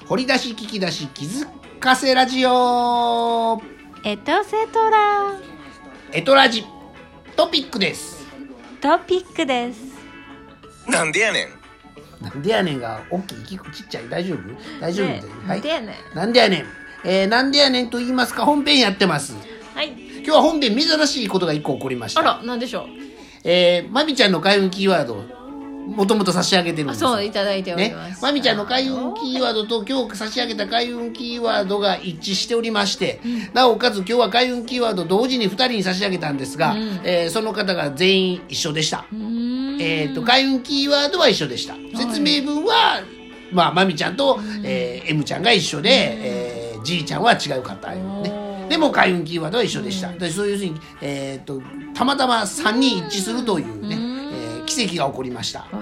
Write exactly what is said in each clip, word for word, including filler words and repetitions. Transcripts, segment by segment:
掘り出し聞き出し気づかせラジオエトセトラエトラジトピックです。 トピックです。 なんでやねんなんでやねんが大きい聞くちっちゃい大丈夫大丈夫、ね、 なんでやねんなんでやねん、えー、なんでやねんと言いますか本編やってます。 はい。 今日は本編珍しいことがいっこ起こりました。 あら、なんでしょう。 えー、まみちゃんの開運キーワードもともと差し上げてるんですよ。 そういただいております、 ね、まみちゃんの開運キーワードと今日差し上げた開運キーワードが一致しておりまして、うん、なおかつ今日は開運キーワード同時にふたりに差し上げたんですが、うん、えー、その方が全員一緒でした。えー、と開運キーワードは一緒でした。説明文は、まあ、まみちゃんと、えー、M ちゃんが一緒で、えー、G ちゃんは違う方ね。でも開運キーワードは一緒でした。でそういうふうに、えー、とたまたまさんにん一致するというね、奇跡が起こりました。はい、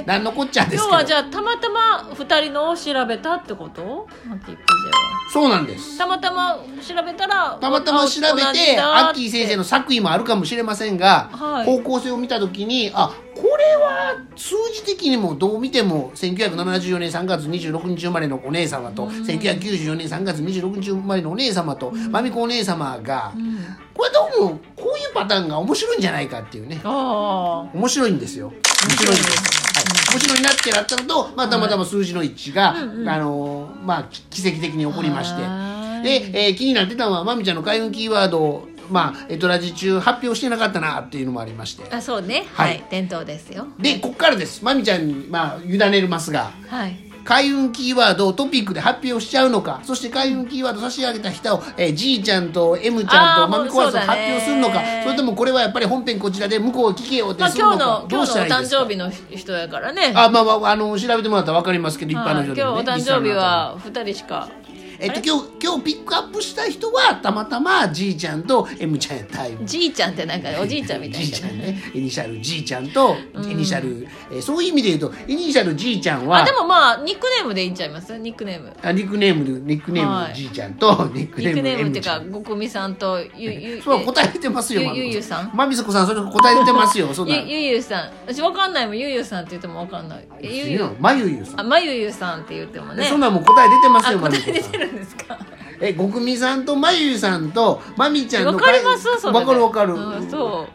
何のこっちゃですけど。 要はじゃあたまたまふたりのを調べたってこと？ そうなんです。 たまたま調べたらたまたま調べてアッキー先生の作為もあるかもしれませんが、はい、方向性を見たときにあこれは数字的にもどう見てもせんきゅうひゃくななじゅうよねんさんがつにじゅうろくにち生まれのお姉様と、うん、せんきゅうひゃくきゅうじゅうよねんさんがつにじゅうろくにち生まれのお姉様と、うん、まみこお姉様が、うん、これどうもこういうパターンが面白いんじゃないかっていうね。あ面白いんですよ。面白いんです。はい、面白いなってなったのと、まあ、たまたま数字の一致が、うんうん、あのー、まあ奇跡的に起こりまして、で、えー、気になってたのはまみちゃんの開運キーワードをまあエトラジ中発表してなかったなっていうのもありまして。 あ、そうね。はい、はい、伝統ですよ。 でこっからです。まみちゃんにまあ委ねますが。はい。開運キーワードをトピックで発表しちゃうのか、そして開運キーワード差し上げた人を、えー、G ちゃんと M ちゃんとまみこわずを発表するのか、それともこれはやっぱり本編こちらで向こう聞けよってするのか、まあ、 今日の今日のお誕生日の人やからね。 あ、まあ、まあ、あの調べてもらったら分かりますけど、一般の人でもね。 今日お誕生日はふたりしか。 えっと、今日今日ピックアップした人はたまたま G ちゃんと M ちゃんやった。 G ちゃんってなんかおじいちゃんみたいな G ちゃんね、イニシャル G ちゃんとイニシャル、うん、えー、そういう意味で言うとイニシャル G ちゃんはあでもまあニックネームでいいんちゃいます。ニックネームあニックネームニックネーム、はい、G ちゃんとニックネーム M ちゃん。ニックネームっていうかごくみさんとゆゆそう答え出てますよ。 ゆゆゆさんまみそこさんそれ答え出てますよ。そんなゆゆゆさん私わかんないもん。ゆゆさんって言ってもわかんない。 ゆゆまゆゆさんあまゆゆさんって言ってもね。 そんなもん答え出てますよ。 答え出てるんですか。 えごくみさんとまゆゆさんとまみちゃんのわかりますそれ。 わかるわかる。 うん、そう。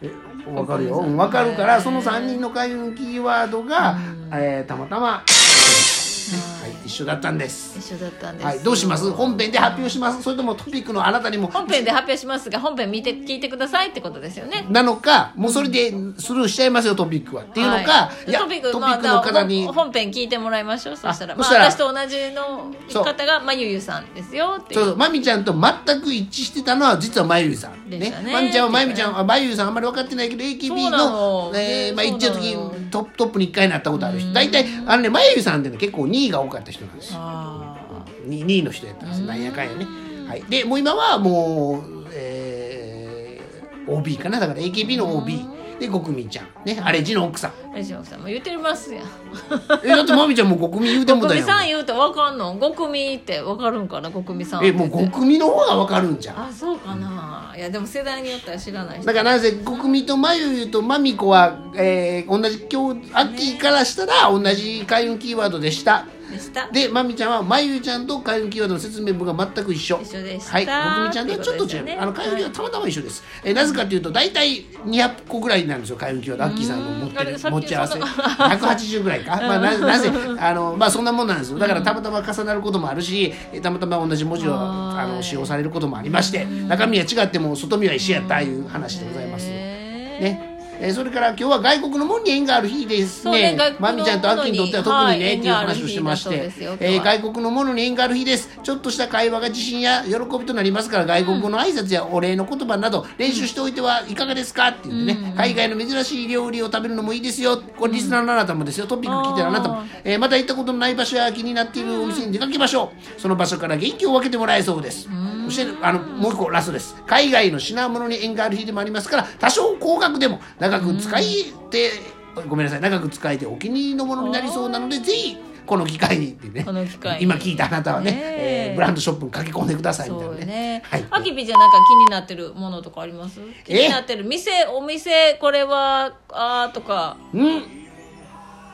わかるよ。わかるからそのさんにんの開運キーワードが、えー、たまたま。はい、一緒だったんです。 一緒だったんです。 はい、どうします？本編で発表します。それともトピックのあなたにも本編で発表しますが本編見て聞いてくださいってことですよね。 なのかもうそれでスルーしちゃいますよトピックはっていうのか、はい、いやトピック、 トピックの方に、 まあ、本編聞いてもらいましょう。そしたらまあ、私と同じの方がまゆゆさんですよっていう。 そうまみちゃんと全く一致してたのは実はまゆゆさんね。まみちゃんはまゆみちゃんはまゆゆさんあんまり分かってないけど エーケービー のえー、まあ一応時トップトップにいっかいになったことある人。大体あのねまゆゆさんって、ね、結構にいが多かった人なんですよ。にいの人やったんです。なんやかんやね。はい。でもう今はもう、えー、オービー かな。だから エーケービー の オービー でごくみちゃんね。あれじの奥さん。 あれじの奥さんも言ってますやん。 えだってまみちゃんもごくみ言うてもたやん。 ごくみさん言うと分かんの。ごくみって分かるんかな。ごくみさんえもうごくみの方が分かるんじゃん。 あそうかな。いやでも世代によっては知らない人だからなぜごくみとまゆゆとまみこは、えー、同じ今日アッキーからしたら同じ開運キーワードでした。でまみちゃんはまゆゆちゃんと開運キーワードの説明文が全く一緒。 一緒でした。 はい、ごくみちゃんとはちょっと違う、ね、あの開運キーワードはたまたま一緒です。はい、えなぜかというと大体にひゃっこぐらいなんですよ開運キーワード。アッキーさんの持ってる持ち合わせひゃくはちじゅうぐらいか、まあ、な, なぜあの、まあ、そんなもんなんですよ。だからたまたま重なることもあるしたまたま同じ文字をあの使用されることもありまして中身は違っても外見は一緒やったいう話でございますね。えー、それから今日は外国の門に縁がある日ですね。まみちゃんとアッキーにとっては特にね、はい、っていう話をしてまして、えー、外国のものに縁がある日です。ちょっとした会話が自信や喜びとなりますから外国語の挨拶やお礼の言葉など練習しておいてはいかがですかって言ってね、うん、海外の珍しい料理を食べるのもいいですよ。これリスナーのあなたもですよ。トピック聞いてるあなたも、えー、また行ったことのない場所や気になっているお店に出かけましょう。その場所から元気を分けてもらえそうです。そしてあのもう一個ラストです。海外の品物に縁がある日でもありますから多少高額でも長く使いて、ごめんなさい長く使えてお気に入りのものになりそうなのでぜひこの機会にってね、この機会に今聞いたあなたはね、えー、ブランドショップに駆け込んでくださいみたいなね。 ね、はい、アキピじゃなんか気になってるものとかあります？気になってる店お店これはあーとか。 うん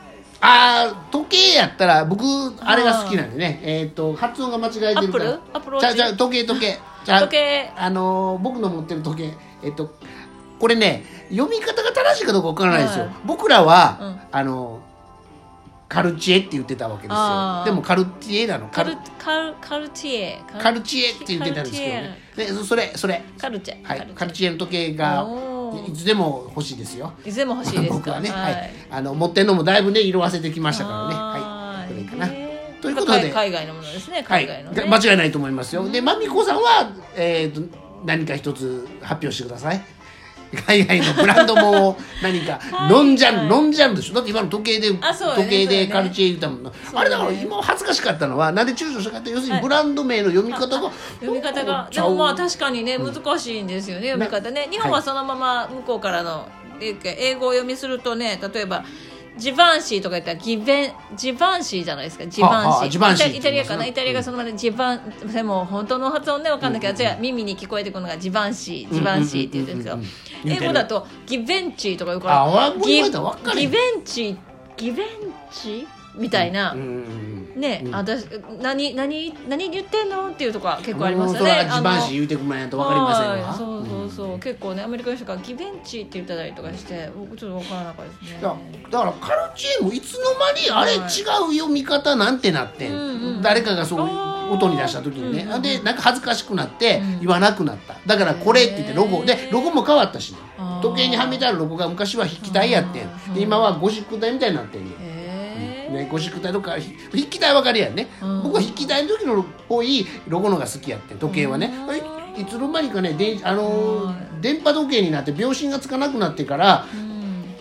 あー時計やったら僕あれが好きなんでね、えっ、ー、と発音が間違えてるから。 アップル？アップルウォッチ？ じゃあじゃあ時計時計。じゃあ時計あのー、僕の持ってる時計えっ、ー、とこれね読み方が正しいかどうかわからないですよ。はい、僕らは、うん、あのカルチエって言ってたわけですよ。でもカルティエなの。 カルカルカルチエカルチエって言ってたんですけどね。でそれそれカルチェ、 はい、カルチエの時計がいつでも欲しいですよ。 いつでも欲しいですか。 僕はね、 はい、 はい、あの持ってるのもだいぶね色あせてきましたからね。はい、これかな。ということで海外のものですね。海外の、ね、 はい、間違いないと思いますよ。でマミコさんは、えー、と何か一つ発表してください。海外のブランドも何かノンジャンルノンジャンルでしょ。だって今の時計で、ね、時計でカルチエ言ったもんな、ね、あれだから今恥ずかしかったのはなんで躊躇したかって要するにブランド名の読み方が、はい、 読み方がでもまあ確かにね難しいんですよね、うん、読み方ね。日本はそのまま向こうからの英語を読みするとね、例えばジバンシーとか言ったらギベンジバンシーじゃないですか。ジバンシー、はあはあ、ジバンシーイタリアかな、イタリアがそのままジバン、でも本当の発音ね分かんないけど、うんうん、じゃあ耳に聞こえてくるのがジバンシージバンシーって言ってるんですけど、英語だとギベンチーとか言うからギ, ギベンチギベンチみたいな、うんうん、ね、うん、私何何何言ってんのっていうとか結構ありますよね。 ジバンシー言うてくれないと分かりませんわ。 そうそうそう、うん、結構ねアメリカの人がギベンチって言ってたりとかして僕ちょっと分からなかったですね。 だだからカルチエもいつの間にあれ違う読み方なんてなってん、はい、誰かがそう音に出した時にね、うんうん、でなんか恥ずかしくなって言わなくなった。だからこれって言ってロゴでロゴも変わったし、ね、時計にはめてあるロゴが昔は筆記体やってんで今はゴシック体みたいになってんね。ね、ゴシック体とか筆記体分かるやんね、うん、僕は筆記体の時のっぽいロゴのが好きやって時計はね、うん、いつの間にかねで、あのー、電波時計になって秒針がつかなくなってから、うん、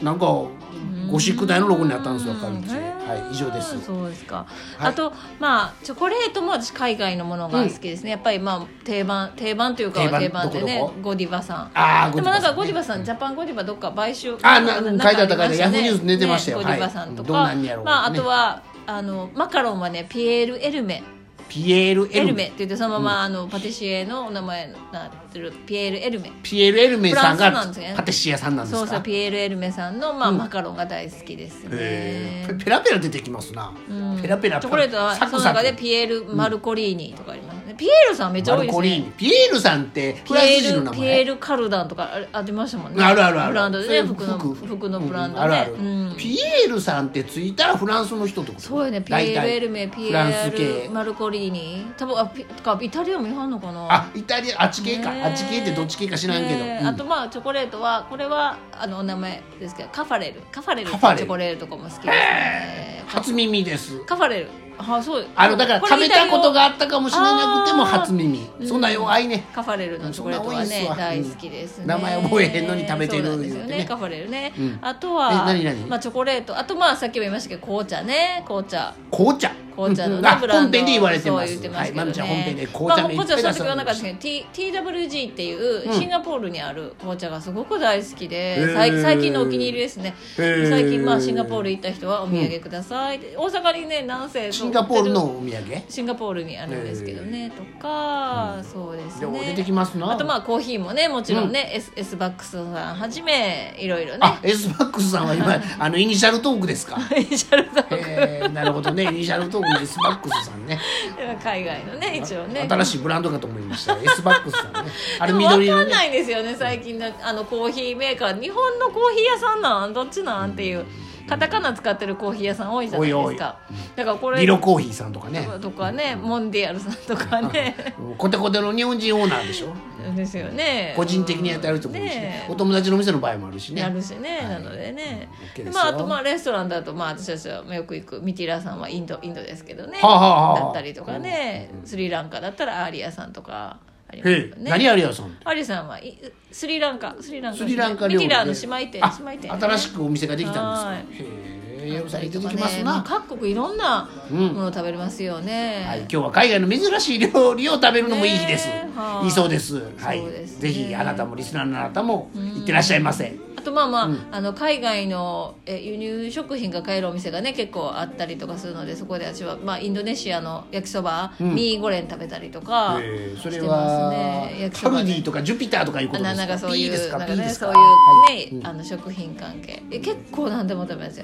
なんかゴシック体のロゴになったんですよ。カルチエ、はい、以上です。 そうですか、はい、あとまあチョコレートも私海外のものが好きですね、うん、やっぱりまあ定番定番というか定番でね、ゴディバさん。あでもなんかゴディバさん、ジャパンゴディバどっか買収あな書いてあった書いてヤフーニュース出てましたよ、 ね、ゴディバさんとか、はい、どうまあ、あとはあのマカロンはねピエール・エルメピエール・エルメって言ってそのまま、うん、あのパティシエのお名前になってるピエール・エルメピエール・エルメさんがパティシエさんなんですか。 そうそうピエール・エルメさんの、まあうん、マカロンが大好きですね。 ペラペラ出てきますな、うん、ペラペラチョコレートはその中でピエール・マルコリーニとかありますね、うん、ピエールさんめっちゃ多いですね。 ピエールさんってフランス人の名前。 ピエール・カルダンとかありましたもんね。 あるあるあるブランドでね、服の服のブランドね、うん、あるある、うん、 ピエールさんってついたらフランスの人ってこと。 そうよね。ピエール・エルメピエール・マルコリーニ多分あかイタリアもいはんのかな。 あイタリアあっち系か、あっち系ってどっち系か知らんけど、うん、 あとまあチョコレートはこれはあのお名前ですけどカファレルカファレルってチョコレートとかも好きですね。 初耳です。 カファレルあそうあのだから食べたことがあったかもしれなくても初耳。そんな弱いね。 カファレルのチョコレートはね大好きですね。 名前覚えへんのに食べてるんですよね。カファレルね、うん、あとは何何まあチョコレートあとまあさっきも言いましたけど紅茶ね紅茶紅茶紅茶のね、うん、ブランド本編で言われてます。 そう言ってますけどね。 はい、まみちゃん本編で紅茶めっちゃ出す。まあ、紅茶その時はなかったですけど ティーダブリュージー っていうシンガポールにある紅茶がすごく大好きで、うん、最近のお気に入りですね。最近まあシンガポール行った人はお土産ください、うん、大阪にねなんせシンガポールのお土産シンガポールにあるんですけどねとか、うん、そうですね。 出てきますな。 あとまあコーヒーもねもちろんね、うん、S, S バックスさんはじめいろいろね。 あ S バックスさんは今あのイニシャルトークですか。 イニシャルトーク、 えー、なるほどね。イニシャルトークの S バックスさんね海外のね一応ね新しいブランドかと思いました S バックスさんね。 あれ緑のね。でも分かんないんですよね最近のあのコーヒーメーカー。日本のコーヒー屋さんなんどっちなんっていう、カタカナ使ってるコーヒー屋さん多いじゃないですか。おいおいだからこれリロコーヒーさんとかねとかねモンディアルさんとかねコテコテの日本人オーナーでしょ。 ですよね。 個人的にやってある人もいるし、ねね、お友達の店の場合もあるしね。 あるしね、はい、なのでね、うん、まあ、あとまあレストランだとまあ私たちはよく行くミティラさんはインドインドですけどね、 はあはあ、 だったりとかね、うん、スリランカだったらアーリアさんとかありますよね。何アーリアさん？ アーリアさんはスリランカスリランカスリランカ料理ミティラの姉妹店、姉妹店、ね、 新しくお店ができたんですか。へえ。出てきますな、 ね、各国いろんなものを食べれますよね、 うんはい、今日は海外の珍しい料理を食べるのもいい日です、ね、いいそうです、はい、そうですね、ぜひあなたもリスナーのあなたも行ってらっしゃいませ。 あとまあまあ、うん、あの海外のえ輸入食品が買えるお店がね結構あったりとかするのでそこで私は、まあ、インドネシアの焼きそば、うん、ミーゴレン食べたりとかしてますね。 カルディとかジュピターとかいうことですか。 なんかそういうなんかねそういうね、はい、あの食品関係え結構何でも食べますよ。あとまあもちろん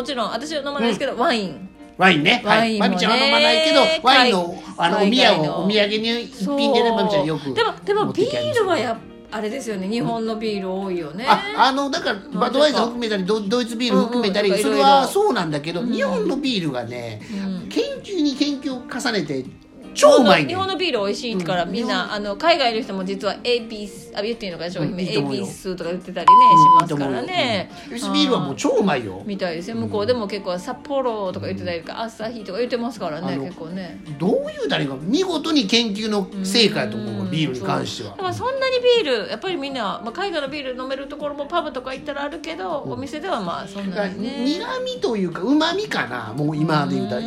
ちろん私は飲まないですけど、うん、ワインワインね、 ワインもね、 はい、まみちゃんは飲まないけどワインのあのお宮をお土産に一品でねまみちゃんよくでもでもビールはやっあれですよね、日本のビール多いよね、 ああのだからバドワイザー含めたり ド, ドイツビール含めたり、うんうん、それはそうなんだけど、うん、日本のビールがね、うん、研究に研究を重ねて超うまいね。 日本のビール美味しいから、うん、みんなあの海外の人も実はエーピースあ言っていいのかな商品名、うん、エーピースとか言ってたりね、うん、しますからね。 エスビールはもう超うまいよ。 みたいですよ。向こうでも結構札幌とか言ってたりとか、アサヒとか言ってますからね、結構ね。 どういう誰が見事に研究の成果やと思う、ビールに関しては。 だからそんなにビールやっぱりみんな、まあ、海外のビール飲めるところもパブとか行ったらあるけど、うん、お店ではまあそんなにね。 苦味というかうまみかな。もう今で言うたら、うん、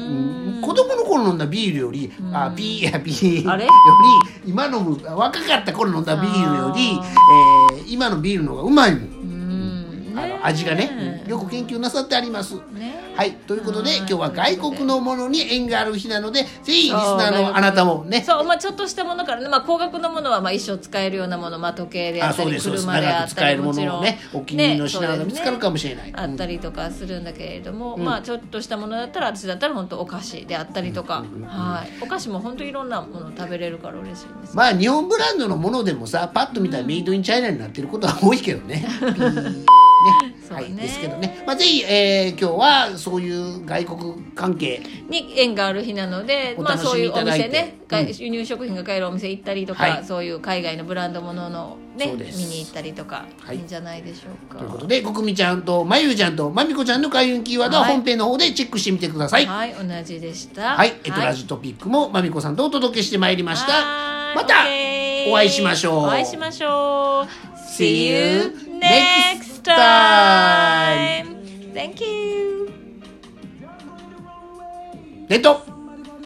子供の頃飲んだビールより、あピーやピーより今飲む若かった頃飲んだビールより、えー、今のビールの方がうまいもん、うんあの味がね、よく研究なさってあります、ね、はいということで今日は外国のものに縁がある日なのでぜひリスナーのあなたもねそう、まあ、ちょっとしたものからね、まあ、高額のものはまあ一生使えるようなもの、まあ、時計であったり車であったりもちろん、ね、 お気に入りの品が見つかるかもしれない、ね、 あったりとかするんだけれども、うん、まあちょっとしたものだったら私だったら本当お菓子であったりとか、うんうんうん、はいお菓子も本当いろんなもの食べれるから嬉しいです、 まあ日本ブランドのものでもさパッと見たらメイドインチャイナになってることは多いけどねねはい、ですけどね、まあ、ぜひ、えー、今日はそういう外国関係に縁がある日なので、まあ、そういうお店ね、うん、輸入食品が買えるお店行ったりとか、はい、そういう海外のブランドものの、ね、見に行ったりとか、はい、いいんじゃないでしょうか。 ということでこくみちゃんとまゆちゃんとまみこちゃんの開運キーワードは本編の方でチェックしてみてください。 はい、はい、同じでした。 はい、エトラジトピックもまみこさんとお届けしてまいりました。またお会いしましょう。 お会いしましょう。See you next time. Thank you. レッド